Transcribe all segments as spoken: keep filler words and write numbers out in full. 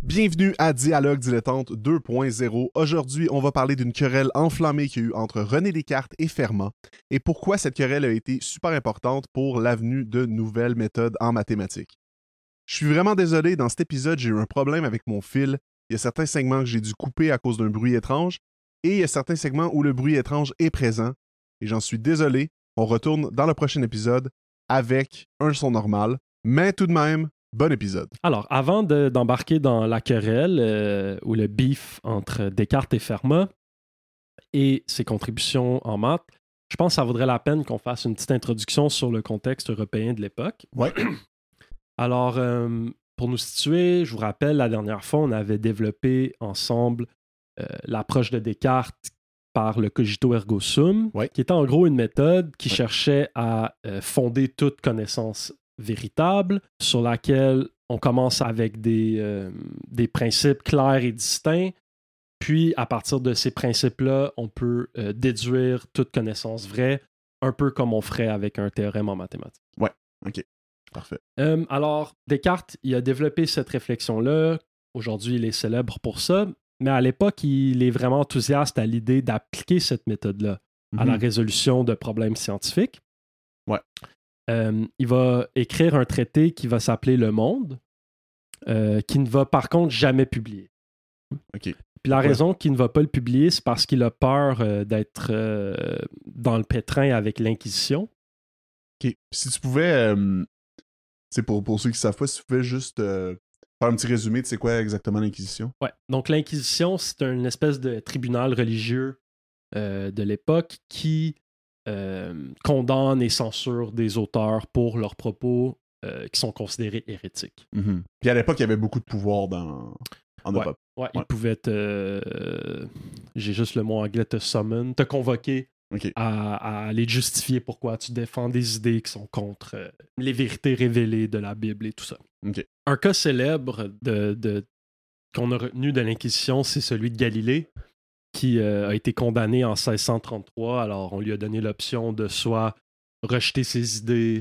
Bienvenue à Dialogue Dilettante deux point zéro. Aujourd'hui, on va parler d'une querelle enflammée qu'il y a eu entre René Descartes et Fermat et pourquoi cette querelle a été super importante pour l'avenue de nouvelles méthodes en mathématiques. Je suis vraiment désolé, dans cet épisode, j'ai eu un problème avec mon fil. Il y a certains segments que j'ai dû couper à cause d'un bruit étrange et il y a certains segments où le bruit étrange est présent et j'en suis désolé. On retourne dans le prochain épisode avec un son normal, mais tout de même, bon épisode. Alors, avant de, d'embarquer dans la querelle euh, ou le beef entre Descartes et Fermat et ses contributions en maths, je pense que ça vaudrait la peine qu'on fasse une petite introduction sur le contexte européen de l'époque. Ouais. Alors, euh, pour nous situer, je vous rappelle, la dernière fois, on avait développé ensemble euh, l'approche de Descartes par le cogito ergo sum, ouais. qui était en gros une méthode qui ouais. cherchait à euh, fonder toute connaissance véritable, sur laquelle on commence avec des, euh, des principes clairs et distincts, puis à partir de ces principes-là, on peut euh, déduire toute connaissance vraie, un peu comme on ferait avec un théorème en mathématiques. Ouais, ok, parfait. Euh, alors, Descartes, il a développé cette réflexion-là. Aujourd'hui, il est célèbre pour ça, mais à l'époque, il est vraiment enthousiaste à l'idée d'appliquer cette méthode-là mm-hmm. à la résolution de problèmes scientifiques. Ouais. Euh, il va écrire un traité qui va s'appeler Le Monde, euh, qui ne va par contre jamais publier. OK. Puis la ouais. raison qu'il ne va pas le publier, c'est parce qu'il a peur euh, d'être euh, dans le pétrin avec l'Inquisition. OK. Si tu pouvais, euh, c'est pour, pour ceux qui ne savent pas, si tu pouvais juste euh, faire un petit résumé de c'est quoi exactement l'Inquisition. Ouais. Donc l'Inquisition, c'est une espèce de tribunal religieux euh, de l'époque qui Euh, condamne et censure des auteurs pour leurs propos euh, qui sont considérés hérétiques. Mm-hmm. Puis à l'époque, il y avait beaucoup de pouvoir dans, en ouais, Europe. Ouais, ouais. Ils ouais. pouvaient te... Euh, j'ai juste le mot anglais, te summon, te convoquer okay. à, à aller justifier pourquoi tu défends des idées qui sont contre euh, les vérités révélées de la Bible et tout ça. Okay. Un cas célèbre de, de, qu'on a retenu de l'Inquisition, c'est celui de Galilée, qui euh, a été condamné en seize cent trente-trois. Alors, on lui a donné l'option de soit rejeter ses idées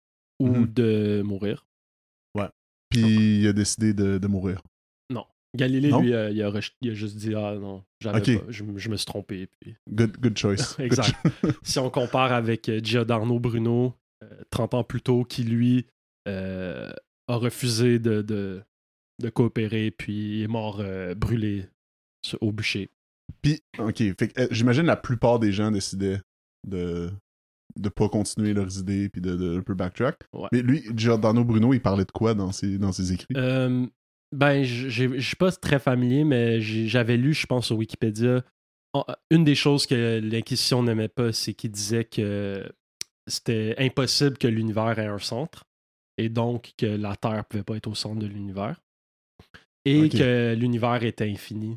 ou mm-hmm. de mourir. Ouais. Puis Donc, il a décidé de, de mourir. Non. Galilée, non? lui, euh, il, a rejeté, il a juste dit « Ah non, j'avais okay. pas, je, je me suis trompé. » Puis... Good, good choice. Exact. Si on compare avec Giordano Bruno, euh, trente ans plus tôt, qui, lui, euh, a refusé de, de, de coopérer, puis est mort euh, brûlé au bûcher. Puis, OK, fait que, euh, j'imagine la plupart des gens décidaient de de pas continuer leurs idées puis de, de un peu backtrack. Ouais. Mais lui, Giordano Bruno, il parlait de quoi dans ses, dans ses écrits? Euh, ben, je suis pas très familier, mais j'avais lu, je pense, sur Wikipédia, une des choses que l'Inquisition n'aimait pas, c'est qu'il disait que c'était impossible que l'univers ait un centre, et donc que la Terre pouvait pas être au centre de l'univers, et okay. que l'univers était infini.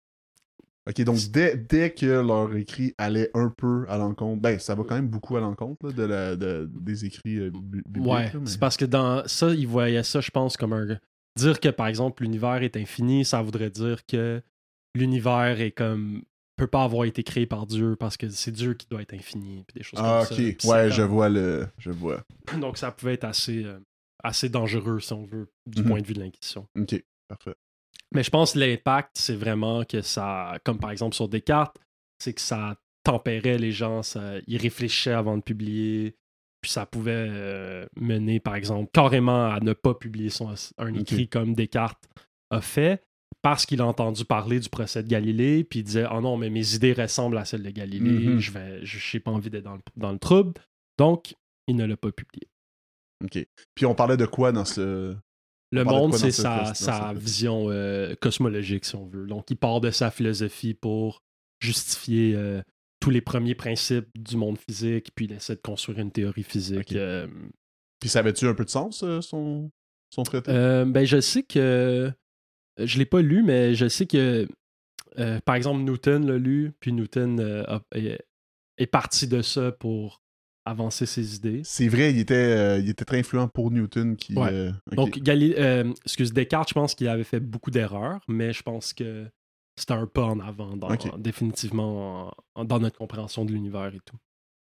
OK, donc dès, dès que leur écrit allait un peu à l'encontre, ben ça va quand même beaucoup à l'encontre là, de la, de, des écrits euh, bibliques. Ouais, là, mais... c'est parce que dans ça, ils voyaient ça, je pense, comme un... Dire que, par exemple, l'univers est infini, ça voudrait dire que l'univers est comme... peut pas avoir été créé par Dieu parce que c'est Dieu qui doit être infini, puis des choses ah, comme okay. ça. Ah, OK, ouais, comme... je vois le... Je vois. Donc ça pouvait être assez, euh, assez dangereux, si on veut, du mm-hmm. point de vue de l'Inquisition. OK, parfait. Mais je pense que l'impact, c'est vraiment que ça, comme par exemple sur Descartes, c'est que ça tempérait les gens, ça, ils réfléchissaient avant de publier, puis ça pouvait euh, mener, par exemple, carrément à ne pas publier son, un écrit okay. comme Descartes a fait, parce qu'il a entendu parler du procès de Galilée, puis il disait « Oh non, mais mes idées ressemblent à celles de Galilée, mm-hmm. je vais, je n'ai pas envie d'être dans le, dans le trouble. » Donc, il ne l'a pas publié. OK. Puis on parlait de quoi dans ce... Le monde, c'est sa, sa vision euh, cosmologique, si on veut. Donc, il part de sa philosophie pour justifier euh, tous les premiers principes du monde physique, puis il essaie de construire une théorie physique. Okay. Euh... Puis ça avait-tu un peu de sens, euh, son, son traité? Euh, ben, je sais que... Je l'ai pas lu, mais je sais que, euh, par exemple, Newton l'a lu, puis Newton euh, a, est, est parti de ça pour avancer ses idées. C'est vrai, il était, euh, il était très influent pour Newton. Qui, ouais. euh, okay. Donc, Gali- euh, excuse, Descartes, je pense qu'il avait fait beaucoup d'erreurs, mais je pense que c'était un pas en avant, dans, okay. définitivement, en, dans notre compréhension de l'univers et tout.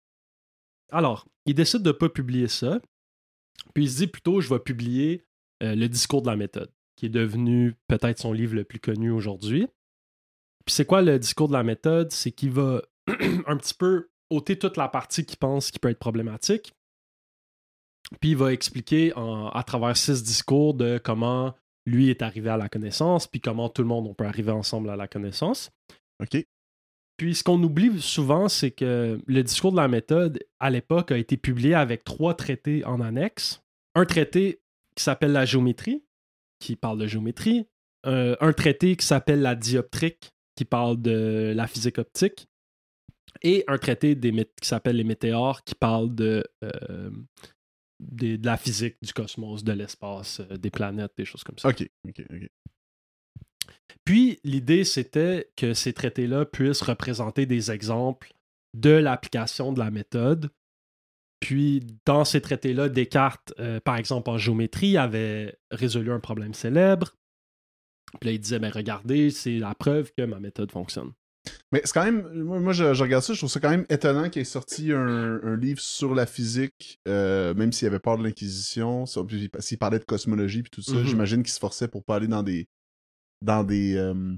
Alors, il décide de ne pas publier ça, puis il se dit plutôt, je vais publier euh, le discours de la méthode, qui est devenu peut-être son livre le plus connu aujourd'hui. Puis c'est quoi le discours de la méthode? C'est qu'il va un petit peu ôter toute la partie qu'il pense qui peut être problématique. Puis il va expliquer en, à travers six discours de comment lui est arrivé à la connaissance, puis comment tout le monde on peut arriver ensemble à la connaissance. OK. Puis ce qu'on oublie souvent, c'est que le discours de la méthode, à l'époque, a été publié avec trois traités en annexe. Un traité qui s'appelle la géométrie, qui parle de géométrie. Euh, un traité qui s'appelle la dioptrique, qui parle de la physique optique. Et un traité des mé- qui s'appelle les météores, qui parle de, euh, de, de la physique du cosmos, de l'espace, euh, des planètes, des choses comme ça. OK, OK, OK. Puis, l'idée, c'était que ces traités-là puissent représenter des exemples de l'application de la méthode. Puis, dans ces traités-là, Descartes, euh, par exemple, en géométrie, avait résolu un problème célèbre. Puis là, il disait, ben regardez, c'est la preuve que ma méthode fonctionne. Mais c'est quand même, moi, moi, je, je regarde ça, je trouve ça quand même étonnant qu'il ait sorti un, un livre sur la physique, euh, même s'il avait peur de l'Inquisition, ça, puis s'il parlait de cosmologie puis tout ça, Mhm. j'imagine qu'il se forçait pour pas aller dans des, dans des, euh,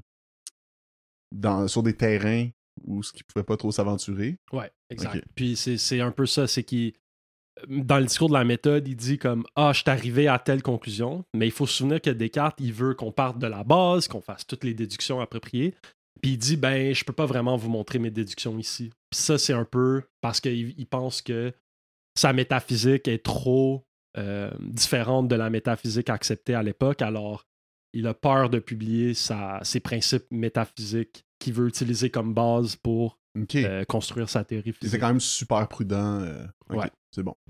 dans, sur des terrains où ce qu'il pouvait pas trop s'aventurer. Ouais, exact. Ok. Puis c'est, c'est un peu ça, c'est qu'il, dans le discours de la méthode, il dit comme « Ah, je suis arrivé à telle conclusion », mais il faut se souvenir que Descartes, il veut qu'on parte de la base, qu'on fasse toutes les déductions appropriées. Puis il dit, ben, je peux pas vraiment vous montrer mes déductions ici. Puis ça, c'est un peu parce qu'il il pense que sa métaphysique est trop euh, différente de la métaphysique acceptée à l'époque. Alors, il a peur de publier sa, ses principes métaphysiques qu'il veut utiliser comme base pour Ok. euh, construire sa théorie C'est physique. quand même super prudent. euh, ok, Ouais. C'est bon.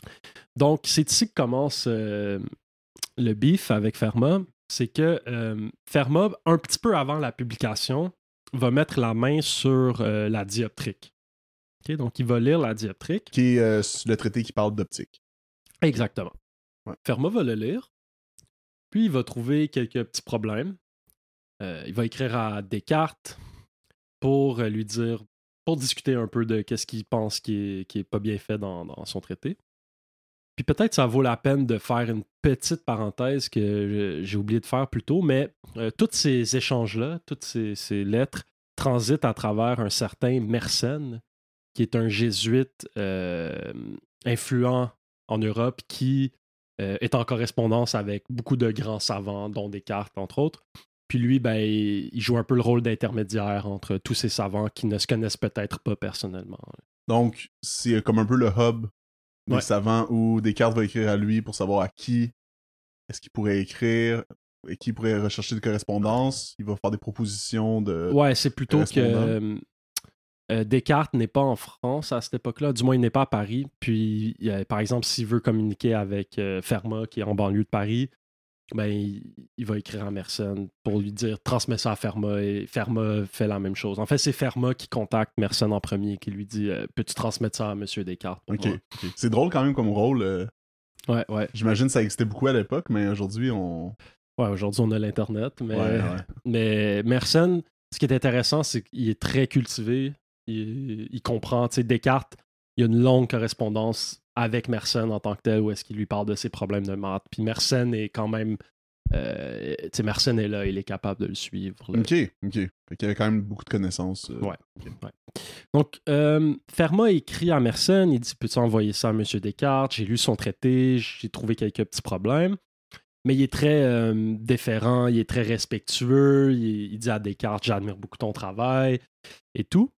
Donc, c'est ici que commence euh, le beef avec Fermat. C'est que euh, Fermat, un petit peu avant la publication, va mettre la main sur euh, la dioptrique. Okay? Donc, il va lire la dioptrique. Qui est euh, le traité qui parle d'optique. Exactement. Ouais. Fermat va le lire, puis il va trouver quelques petits problèmes. Euh, il va écrire à Descartes pour euh, lui dire, pour discuter un peu de qu'est-ce qu'il pense qui est, qui est pas bien fait dans, dans son traité. Puis peut-être ça vaut la peine de faire une petite parenthèse que j'ai oublié de faire plus tôt, mais euh, tous ces échanges-là, toutes ces, ces lettres transitent à travers un certain Mersenne, qui est un jésuite euh, influent en Europe qui euh, est en correspondance avec beaucoup de grands savants, dont Descartes, entre autres. Puis lui, ben, il joue un peu le rôle d'intermédiaire entre tous ces savants qui ne se connaissent peut-être pas personnellement. Donc, c'est comme un peu le hub des Ouais. savants où Descartes va écrire à lui pour savoir à qui est-ce qu'il pourrait écrire et qui pourrait rechercher de correspondance. Il va faire des propositions de... Ouais, c'est plutôt que correspondants. euh, Descartes n'est pas en France à cette époque-là. Du moins, il n'est pas à Paris. Puis, euh, par exemple, s'il veut communiquer avec euh, Fermat, qui est en banlieue de Paris, ben, il, il va écrire à Mersenne pour lui dire « Transmets ça à Fermat » et Fermat fait la même chose. En fait, c'est Fermat qui contacte Mersenne en premier, qui lui dit euh, « Peux-tu transmettre ça à M. Descartes? » Ok, ok. C'est drôle quand même comme rôle. euh, Ouais, ouais. J'imagine que ça existait beaucoup à l'époque, mais aujourd'hui, on... Ouais, aujourd'hui, on a l'Internet, mais, Ouais, ouais. mais Mersenne, ce qui est intéressant, c'est qu'il est très cultivé. Il, il comprend, tu sais, Descartes, il y a une longue correspondance avec Mersenne en tant que tel, où est-ce qu'il lui parle de ses problèmes de maths. Puis Mersenne est quand même... Euh, tu sais, Mersenne est là, il est capable de le suivre. Là. Ok, ok. Fait qu'il y avait quand même beaucoup de connaissances. euh, Ouais. ok. ouais. Donc, euh, Fermat écrit à Mersenne, il dit « Peux-tu envoyer ça à M. Descartes? J'ai lu son traité, j'ai trouvé quelques petits problèmes. » Mais il est très euh, déférent, il est très respectueux, il, il dit à Descartes « J'admire beaucoup ton travail » et tout.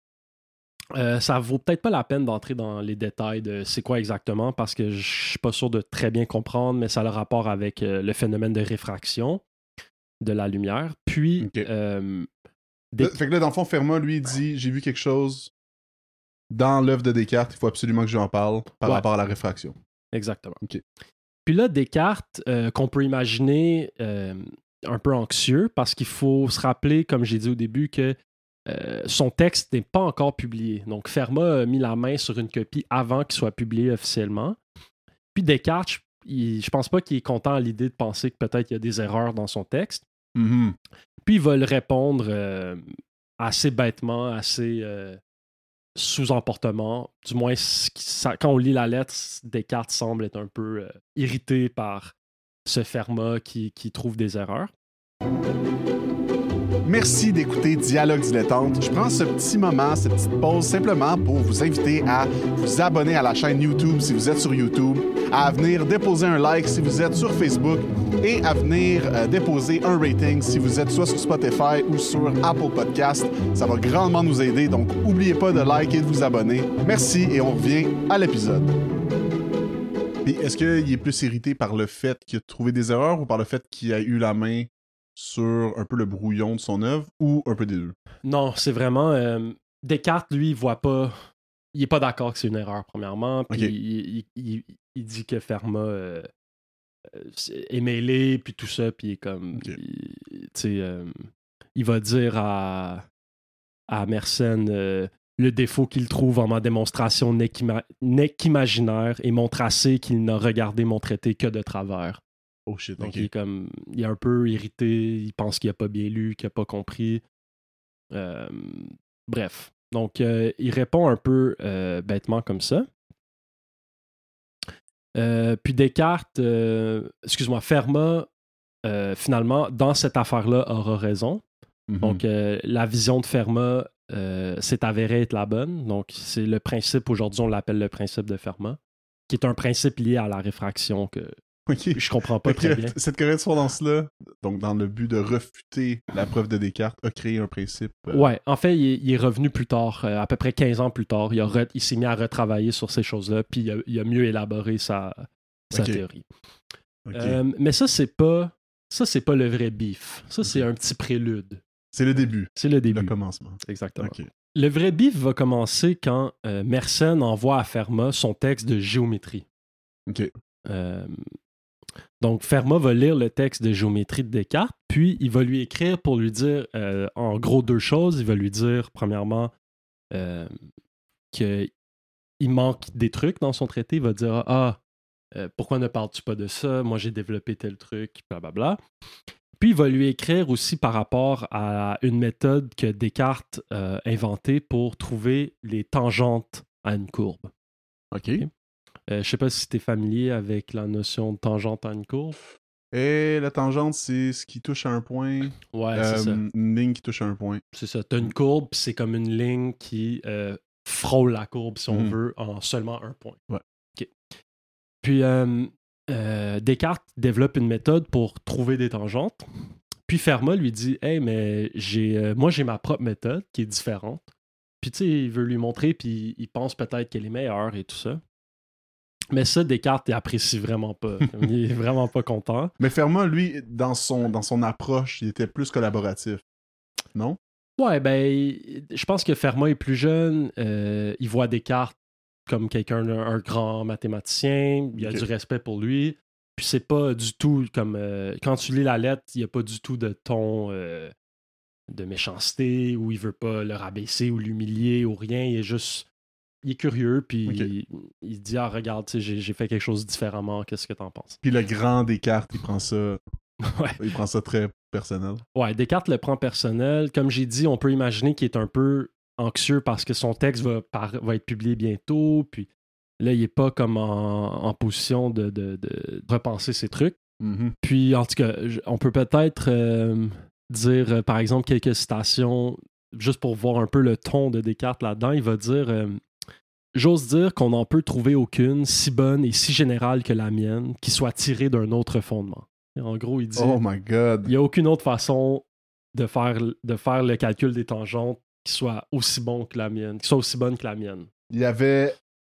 Euh, ça vaut peut-être pas la peine d'entrer dans les détails de c'est quoi exactement parce que je suis pas sûr de très bien comprendre, mais ça a le rapport avec euh, le phénomène de réfraction de la lumière. Puis, Ok. euh, Là, Des- fait que là, dans le fond, Fermat, lui, il dit « J'ai vu quelque chose dans l'œuvre de Descartes, il faut absolument que j'en parle par Ouais. rapport à la réfraction. Exactement. Ok. Puis là, Descartes, euh, qu'on peut imaginer euh, un peu anxieux, parce qu'il faut se rappeler, comme j'ai dit au début, que euh, son texte n'est pas encore publié. Donc, Fermat a mis la main sur une copie avant qu'il soit publié officiellement. Puis Descartes, il, je pense pas qu'il est content à l'idée de penser que peut-être il y a des erreurs dans son texte. Mhm. Puis il va le répondre euh, assez bêtement, assez euh, sous-emportement. Du moins, ça, quand on lit la lettre, Descartes semble être un peu euh, irrité par ce Fermat qui, qui trouve des erreurs. Merci d'écouter Dialogue dilettante. Je prends ce petit moment, cette petite pause, simplement pour vous inviter à vous abonner à la chaîne YouTube si vous êtes sur YouTube, à venir déposer un like si vous êtes sur Facebook et à venir euh, déposer un rating si vous êtes soit sur Spotify ou sur Apple Podcast. Ça va grandement nous aider, donc n'oubliez pas de liker et de vous abonner. Merci et on revient à l'épisode. Puis est-ce qu'il est plus irrité par le fait qu'il a trouvé des erreurs ou par le fait qu'il a eu la main sur un peu le brouillon de son œuvre ou un peu des deux? Non, c'est vraiment... Euh, Descartes, lui, il voit pas... Il est pas d'accord que c'est une erreur, premièrement. Puis okay. il, il, il, il dit que Fermat euh, est mêlé, puis tout ça, puis il est comme... Okay. Tu sais, euh, il va dire à, à Mersenne euh, le défaut qu'il trouve en ma démonstration n'est qu'imaginaire et mon tracé qu'il n'a regardé mon traité que de travers. Oh shit, Donc, okay. il est comme... Il est un peu irrité, il pense qu'il a pas bien lu, qu'il a pas compris. Euh, bref. Donc, euh, il répond un peu euh, bêtement comme ça. Euh, puis Descartes, euh, excuse-moi, Fermat, euh, finalement, dans cette affaire-là, aura raison. Mm-hmm. Donc, euh, la vision de Fermat euh, s'est avérée être la bonne. Donc, c'est le principe, aujourd'hui, on l'appelle le principe de Fermat, qui est un principe lié à la réfraction que... Okay. Je comprends pas très bien. Cette correspondance-là, donc dans le but de refuter la preuve de Descartes, a créé un principe. Euh... Ouais, en fait, il est, il est revenu plus tard, euh, à peu près quinze ans plus tard. Il, a re, il s'est mis à retravailler sur ces choses-là, puis il a, il a mieux élaboré sa, sa okay. théorie. Okay. Euh, mais ça, c'est pas ça, c'est pas le vrai beef. Ça, okay. c'est un petit prélude. C'est le début. C'est le début. Le commencement. Exactement. Okay. Le vrai beef va commencer quand euh, Mersenne envoie à Fermat son texte de géométrie. OK. Euh, Donc, Fermat va lire le texte de géométrie de Descartes, puis il va lui écrire pour lui dire, euh, en gros, deux choses. Il va lui dire, premièrement, euh, qu'il manque des trucs dans son traité. Il va dire, ah, euh, pourquoi ne parles-tu pas de ça? Moi, j'ai développé tel truc, blablabla. Puis, il va lui écrire aussi par rapport à une méthode que Descartes a euh, inventée pour trouver les tangentes à une courbe. OK. okay? Euh, je sais pas si tu es familier avec la notion de tangente à une courbe. Et la tangente, c'est ce qui touche à un point. Ouais, euh, c'est ça. Une ligne qui touche à un point. C'est ça. Tu as une courbe, puis c'est comme une ligne qui euh, frôle la courbe, si on mm. veut, en seulement un point. Ouais. OK. Puis, euh, euh, Descartes développe une méthode pour trouver des tangentes. Puis Fermat lui dit « Hey, mais j'ai, euh, moi, j'ai ma propre méthode qui est différente. » Puis, tu sais, il veut lui montrer, puis il pense peut-être qu'elle est meilleure et tout ça. Mais ça, Descartes, il apprécie vraiment pas. Il est vraiment pas content. Mais Fermat, lui, dans son, dans son approche, il était plus collaboratif. Non? Ouais, ben, je pense que Fermat est plus jeune. Euh, il voit Descartes comme quelqu'un, un grand mathématicien. Il a okay. du respect pour lui. Puis c'est pas du tout comme... Euh, quand tu lis la lettre, il n'y a pas du tout de ton euh, de méchanceté où il veut pas le rabaisser ou l'humilier ou rien. Il est juste... Il est curieux, puis okay. il, il dit « Ah, regarde, j'ai, j'ai fait quelque chose différemment, qu'est-ce que t'en penses? » Puis le grand Descartes, il prend ça... ouais. Il prend ça très personnel. Ouais, Descartes le prend personnel. Comme j'ai dit, on peut imaginer qu'il est un peu anxieux parce que son texte va, par, va être publié bientôt, puis là, il est pas comme en, en position de, de, de repenser ses trucs. Mm-hmm. Puis, en tout cas, on peut peut-être euh, dire, euh, par exemple, quelques citations, juste pour voir un peu le ton de Descartes là-dedans. Il va dire... Euh, J'ose dire qu'on n'en peut trouver aucune si bonne et si générale que la mienne qui soit tirée d'un autre fondement. Et en gros, il dit oh my God. Il n'y a aucune autre façon de faire, de faire le calcul des tangentes qui soit aussi bon que la mienne, qui soit aussi bonne que la mienne. Il y avait,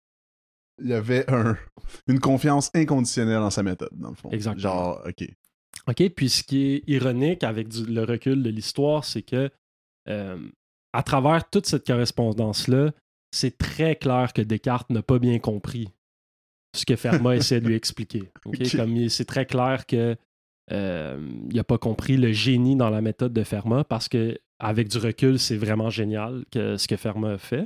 il y avait un, une confiance inconditionnelle dans sa méthode, dans le fond. Exactement. Genre, OK. OK, puis ce qui est ironique avec du, le recul de l'histoire, c'est que euh, à travers toute cette correspondance-là, c'est très clair que Descartes n'a pas bien compris ce que Fermat essaie de lui expliquer. Okay? Okay. Comme il, c'est très clair qu'il euh, n'a pas compris le génie dans la méthode de Fermat parce qu'avec du recul, c'est vraiment génial que, ce que Fermat a fait.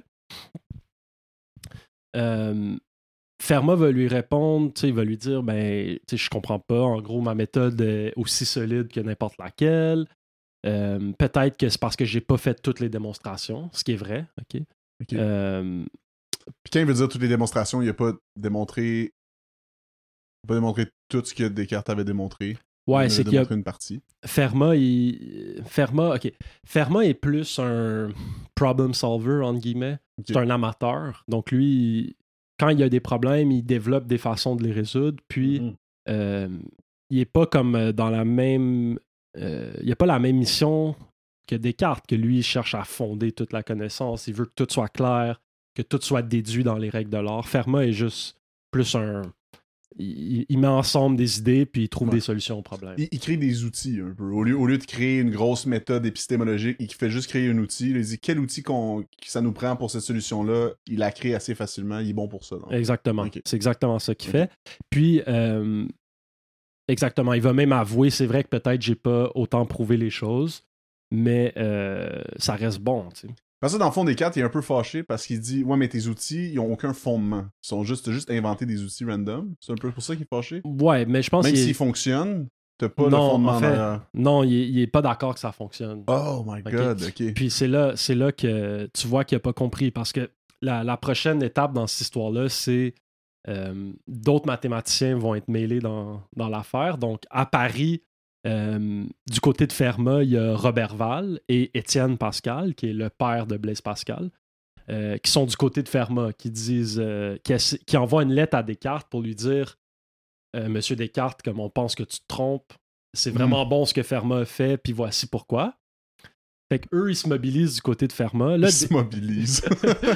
Euh, Fermat va lui répondre, il va lui dire ben, je comprends pas, en gros, ma méthode est aussi solide que n'importe laquelle. Euh, peut-être que c'est parce que j'ai pas fait toutes les démonstrations, ce qui est vrai, OK? Okay. Euh... Puis quand il veut dire toutes les démonstrations, il n'a pas démontré Il va démontrer tout ce que Descartes avait démontré. Ouais, il c'est qu'il y a une partie. Fermat, il... Fermat, ok. Fermat est plus un problem solver, entre guillemets. Okay. C'est un amateur. Donc lui, il... quand il y a des problèmes, il développe des façons de les résoudre. Puis, mm-hmm. euh, il n'est pas comme dans la même... Euh, il n'a pas la même mission que Descartes, que lui, il cherche à fonder toute la connaissance. Il veut que tout soit clair, que tout soit déduit dans les règles de l'art. Fermat est juste plus un... Il, il met ensemble des idées puis il trouve ouais. des solutions aux problèmes. Il, il crée des outils un peu. Au lieu, au lieu de créer une grosse méthode épistémologique, il fait juste créer un outil. Il dit quel outil qu'on, que ça nous prend pour cette solution-là. Il la crée assez facilement. Il est bon pour ça. Donc. Exactement. Okay. C'est exactement ça qu'il okay. fait. Puis, euh, exactement. Il va même avouer, c'est vrai que peut-être j'ai pas autant prouvé les choses, mais euh, ça reste bon. Tu sais. Parce que dans le fond, Descartes, il est un peu fâché parce qu'il dit « Ouais, mais tes outils, ils n'ont aucun fondement. Ils sont juste, juste inventé des outils random. » C'est un peu pour ça qu'il est fâché? Ouais, mais je pense Même qu'il s'ils est... fonctionnent, t'as pas non, le fondement en fait, derrière. Non, il n'est pas d'accord que ça fonctionne. Oh my okay? God, OK. Puis c'est là, c'est là que tu vois qu'il n'a pas compris parce que la, la prochaine étape dans cette histoire-là, c'est euh, d'autres mathématiciens vont être mêlés dans, dans l'affaire. Donc, à Paris... Euh, du côté de Fermat, il y a Robert Val et Étienne Pascal, qui est le père de Blaise Pascal, euh, qui sont du côté de Fermat, qui disent, euh, qui, ass- qui envoient une lettre à Descartes pour lui dire euh, Monsieur Descartes, comme on pense que tu te trompes, c'est vraiment mmh. bon ce que Fermat a fait, puis voici pourquoi. Fait qu'eux, ils se mobilisent du côté de Fermat. Là, ils se mobilisent.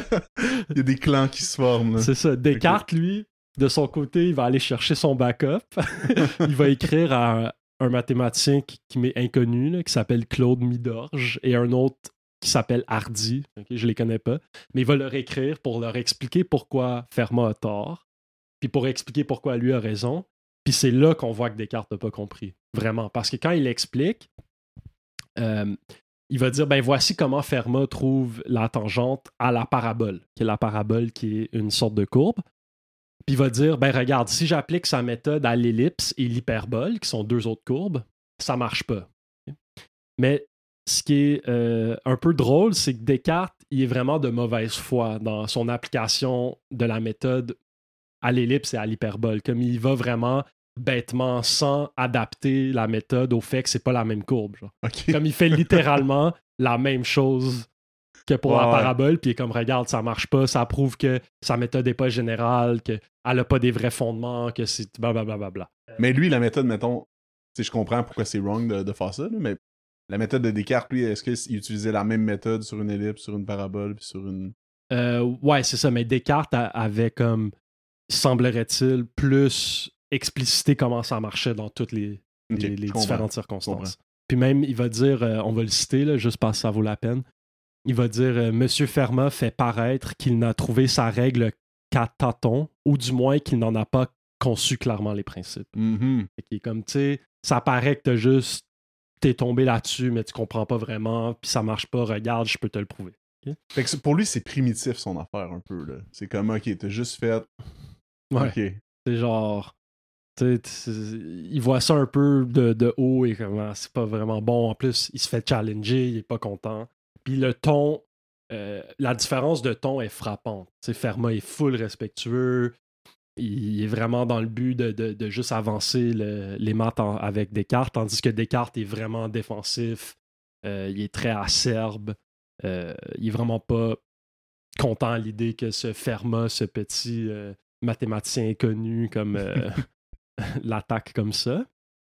Il y a des clans qui se forment. Là. C'est ça. Descartes, okay. lui, de son côté, il va aller chercher son backup. Il va écrire à un mathématicien qui, qui m'est inconnu, là, qui s'appelle Claude Midorge, et un autre qui s'appelle Hardy. Okay, je les connais pas. Mais il va leur écrire pour leur expliquer pourquoi Fermat a tort, puis pour expliquer pourquoi lui a raison. Puis c'est là qu'on voit que Descartes n'a pas compris. Vraiment. Parce que quand il explique, euh, il va dire, ben voici comment Fermat trouve la tangente à la parabole, qui est la parabole qui est une sorte de courbe. Puis il va dire, ben regarde, si j'applique sa méthode à l'ellipse et l'hyperbole, qui sont deux autres courbes, ça marche pas. Mais ce qui est euh, un peu drôle, c'est que Descartes, il est vraiment de mauvaise foi dans son application de la méthode à l'ellipse et à l'hyperbole. Comme il va vraiment bêtement sans adapter la méthode au fait que c'est pas la même courbe. Genre. Okay. Comme il fait littéralement la même chose que pour ouais, la parabole, puis comme regarde, ça marche pas, ça prouve que sa méthode n'est pas générale, qu'elle n'a pas des vrais fondements, que c'est blablabla. Bla, bla, bla. Mais lui, la méthode, mettons, je comprends pourquoi c'est wrong de, de faire ça, là, mais la méthode de Descartes, lui, est-ce qu'il utilisait la même méthode sur une ellipse, sur une parabole, puis sur une... Euh, ouais, c'est ça, mais Descartes avait comme, semblerait-il, plus explicité comment ça marchait dans toutes les, okay, les, les différentes circonstances. Puis même, il va dire, euh, on va le citer, là, juste parce que ça vaut la peine, il va dire euh, « Monsieur Fermat fait paraître qu'il n'a trouvé sa règle qu'à tâtons, ou du moins qu'il n'en a pas conçu clairement les principes. Mm-hmm. » Qui est comme, tu sais, ça paraît que t'as juste, t'es tombé là-dessus, mais tu comprends pas vraiment, puis ça marche pas, regarde, je peux te le prouver. Okay? Fait que pour lui, c'est primitif son affaire un peu, là. C'est comme, ok, t'as juste fait... Ouais. Okay. C'est genre... Il voit ça un peu de, de haut et comment c'est pas vraiment bon. En plus, il se fait challenger, il est pas content. Puis le ton, euh, la différence de ton est frappante. T'sais, Fermat est full respectueux. Il est vraiment dans le but de, de, de juste avancer le, les maths en, avec Descartes, tandis que Descartes est vraiment défensif. Euh, il est très acerbe. Euh, il est vraiment pas content à l'idée que ce Fermat, ce petit euh, mathématicien inconnu, comme euh, l'attaque comme ça.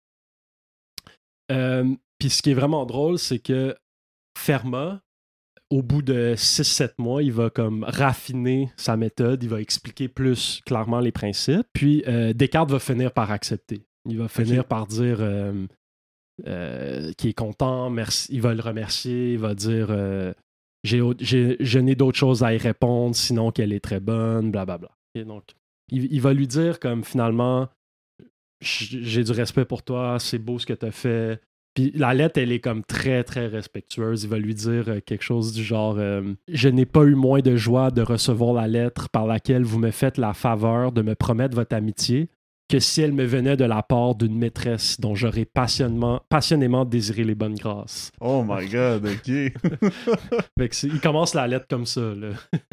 Euh, Puis ce qui est vraiment drôle, c'est que Fermat, au bout de six sept mois, il va comme raffiner sa méthode, il va expliquer plus clairement les principes, puis euh, Descartes va finir par accepter. Il va finir okay. par dire euh, euh, qu'il est content, merci, il va le remercier, il va dire euh, j'ai, j'ai, je n'ai d'autres choses à y répondre, sinon qu'elle est très bonne, blablabla. Et donc, il, il va lui dire comme finalement, j'ai du respect pour toi, c'est beau ce que tu as fait. Puis la lettre, elle est comme très, très respectueuse. Il va lui dire euh, quelque chose du genre euh, « Je n'ai pas eu moins de joie de recevoir la lettre par laquelle vous me faites la faveur de me promettre votre amitié que si elle me venait de la part d'une maîtresse dont j'aurais passionnément, passionnément désiré les bonnes grâces. » Oh my God, OK. Fait que il commence la lettre comme ça, là.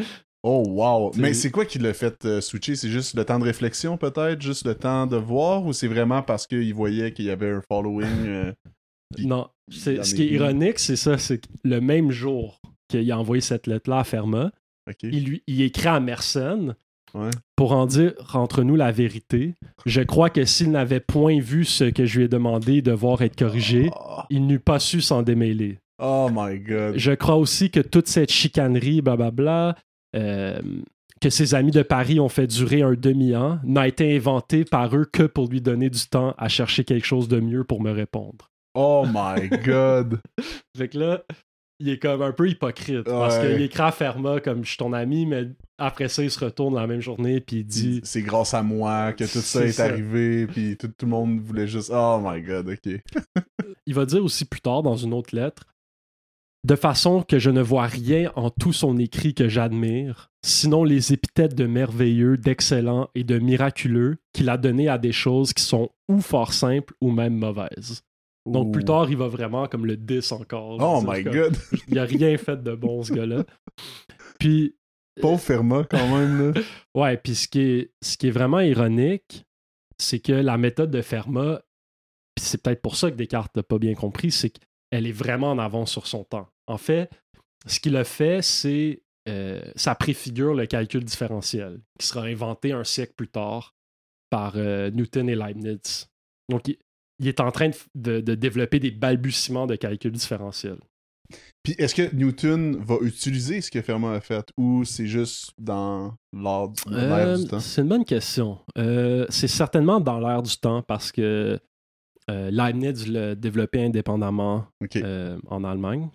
Oh, wow! T'sais... Mais c'est quoi qui l'a fait euh, switcher? C'est juste le temps de réflexion, peut-être? Juste le temps de voir? Ou c'est vraiment parce qu'il voyait qu'il y avait un following? Euh, pis... Non. C'est... Ce qui est ironique, c'est ça. C'est que le même jour qu'il a envoyé cette lettre-là à Fermat, okay. il, lui... il écrit à Mersenne ouais. pour en dire entre nous la vérité. Je crois que s'il n'avait point vu ce que je lui ai demandé devoir être corrigé, oh. il n'eût pas su s'en démêler. Oh my God! Je crois aussi que toute cette chicanerie, blablabla, Euh, que ses amis de Paris ont fait durer un demi-an, n'a été inventé par eux que pour lui donner du temps à chercher quelque chose de mieux pour me répondre. Oh my God! Fait que là, il est comme un peu hypocrite, ouais. parce qu'il écrit à Fermat comme « je suis ton ami », mais après ça, il se retourne la même journée puis il dit « c'est grâce à moi que tout ça est, est arrivé », puis tout, tout le monde voulait juste « oh my God, ok ». Il va dire aussi plus tard dans une autre lettre de façon que je ne vois rien en tout son écrit que j'admire, sinon les épithètes de merveilleux, d'excellent et de miraculeux qu'il a donné à des choses qui sont ou fort simples ou même mauvaises. Ouh. Donc plus tard, il va vraiment comme le diss encore. Oh my comme, God! Il a rien fait de bon, ce gars-là. Puis... Pauvre Fermat, quand même, là. Ouais, puis ce qui est, ce qui est vraiment ironique, c'est que la méthode de Fermat, puis c'est peut-être pour ça que Descartes n'a pas bien compris, c'est qu'elle est vraiment en avance sur son temps. En fait, ce qu'il a fait, c'est euh, ça préfigure le calcul différentiel, qui sera inventé un siècle plus tard par euh, Newton et Leibniz. Donc, il, il est en train de, de, de développer des balbutiements de calcul différentiel. Puis, est-ce que Newton va utiliser ce que Fermat a fait, ou c'est juste dans l'air du, euh, du temps? C'est une bonne question. Euh, c'est certainement dans l'air du temps, parce que euh, Leibniz l'a développé indépendamment okay. euh, en Allemagne.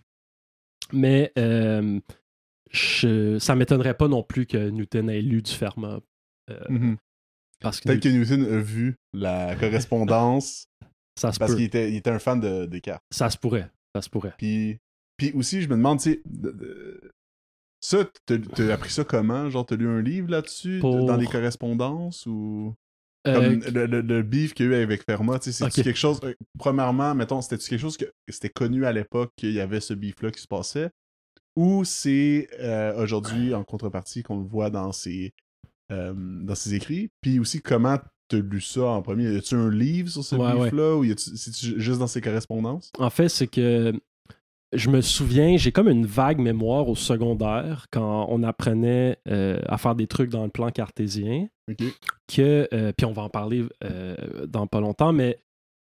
Mais euh, je, ça ne m'étonnerait pas non plus que Newton ait lu du Fermat. Euh, mm-hmm. parce que Peut-être Newton... que Newton a vu la correspondance ça se parce peut. qu'il était, il était un fan de Descartes. Ça se pourrait. Ça se pourrait. Puis, puis aussi, je me demande, tu sais, de, de... ça, t'as appris ça comment? Genre, t'as lu un livre là-dessus, Pour... dans les correspondances ou... Comme euh... le, le, le beef qu'il y a eu avec Fermat, tu sais, c'est-tu okay. quelque chose... Euh, premièrement, mettons, c'était-tu quelque chose que c'était connu à l'époque qu'il y avait ce beef-là qui se passait? Ou c'est euh, aujourd'hui, en contrepartie, qu'on le voit dans ses, euh, dans ses écrits? Puis aussi, comment t'as lu ça en premier? Y a-tu un livre sur ce ouais, beef-là? Ouais. Ou c'est-tu juste dans ses correspondances? En fait, c'est que je me souviens, j'ai comme une vague mémoire au secondaire quand on apprenait euh, à faire des trucs dans le plan cartésien. Okay. Que, euh, puis on va en parler euh, dans pas longtemps, mais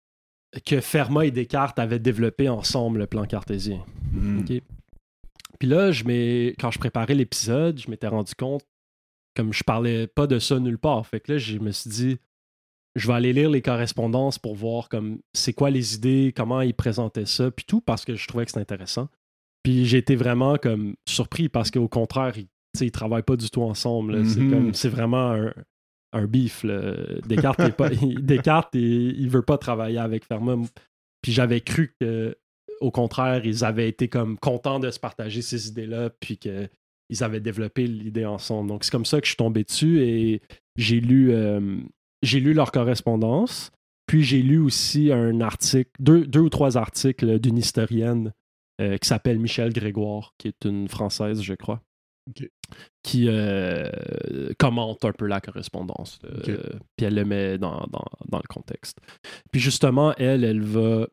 que Fermat et Descartes avaient développé ensemble le plan cartésien. Mm. Okay? Puis là, je quand je préparais l'épisode, je m'étais rendu compte, comme je parlais pas de ça nulle part, fait que là, je me suis dit, je vais aller lire les correspondances pour voir comme c'est quoi les idées, comment ils présentaient ça, puis tout, parce que je trouvais que c'était intéressant. Puis j'ai été vraiment comme surpris, parce qu'au contraire, ils, ils travaillent pas du tout ensemble. Mm-hmm. C'est comme c'est vraiment un, un beef. Là. Descartes, est pas, Descartes il, il veut pas travailler avec Fermat. Puis j'avais cru que au contraire, ils avaient été comme contents de se partager ces idées-là, puis qu'ils avaient développé l'idée ensemble. Donc, c'est comme ça que je suis tombé dessus et j'ai lu, euh, j'ai lu leur correspondance, puis j'ai lu aussi un article, deux, deux ou trois articles d'une historienne euh, qui s'appelle Michel Grégoire, qui est une Française, je crois, okay. qui euh, commente un peu la correspondance, euh, okay. puis elle le met dans, dans, dans le contexte. Puis justement, elle, elle va...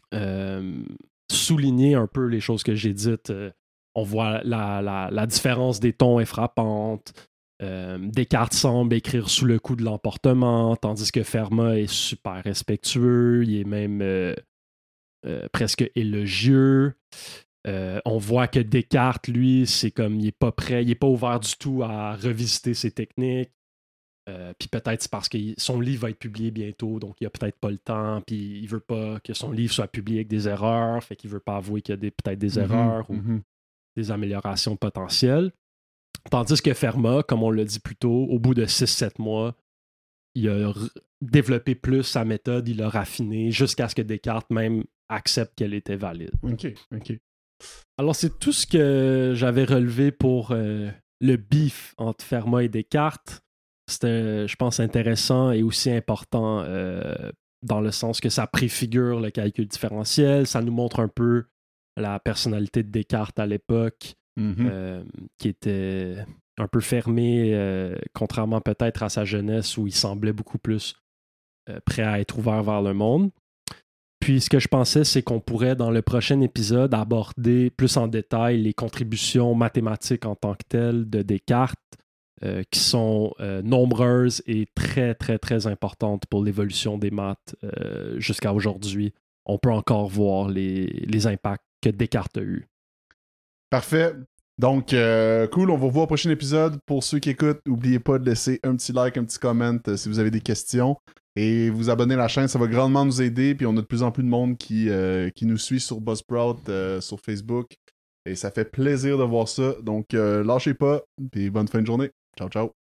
Euh, souligner un peu les choses que j'ai dites. Euh, on voit la, la, la différence des tons est frappante. Euh, Descartes semble écrire sous le coup de l'emportement, tandis que Fermat est super respectueux, il est même euh, euh, presque élogieux. Euh, on voit que Descartes, lui, c'est comme il est pas prêt, il est pas ouvert du tout à revisiter ses techniques. Euh, puis peut-être c'est parce que son livre va être publié bientôt, donc il a peut-être pas le temps, puis il veut pas que son livre soit publié avec des erreurs, fait qu'il veut pas avouer qu'il y a des, peut-être des mm-hmm, erreurs ou mm-hmm. des améliorations potentielles. Tandis que Fermat, comme on l'a dit plus tôt, au bout de six sept mois, il a r- développé plus sa méthode, il l'a raffinée, jusqu'à ce que Descartes même accepte qu'elle était valide. OK, OK. Alors c'est tout ce que j'avais relevé pour euh, le beef entre Fermat et Descartes. C'était, je pense, intéressant et aussi important euh, dans le sens que ça préfigure le calcul différentiel, ça nous montre un peu la personnalité de Descartes à l'époque, mm-hmm. euh, qui était un peu fermé, euh, contrairement peut-être à sa jeunesse où il semblait beaucoup plus euh, prêt à être ouvert vers le monde. Puis ce que je pensais, c'est qu'on pourrait, dans le prochain épisode, aborder plus en détail les contributions mathématiques en tant que telles de Descartes, euh, qui sont euh, nombreuses et très, très, très importantes pour l'évolution des maths euh, jusqu'à aujourd'hui. On peut encore voir les, les impacts que Descartes a eus. Parfait. Donc, euh, cool, on va vous voir au prochain épisode. Pour ceux qui écoutent, n'oubliez pas de laisser un petit like, un petit comment euh, si vous avez des questions. Et vous abonner à la chaîne, ça va grandement nous aider. Puis on a de plus en plus de monde qui, euh, qui nous suit sur Buzzsprout, euh, sur Facebook. Et ça fait plaisir de voir ça. Donc, euh, lâchez pas. Puis bonne fin de journée. Ciao, ciao.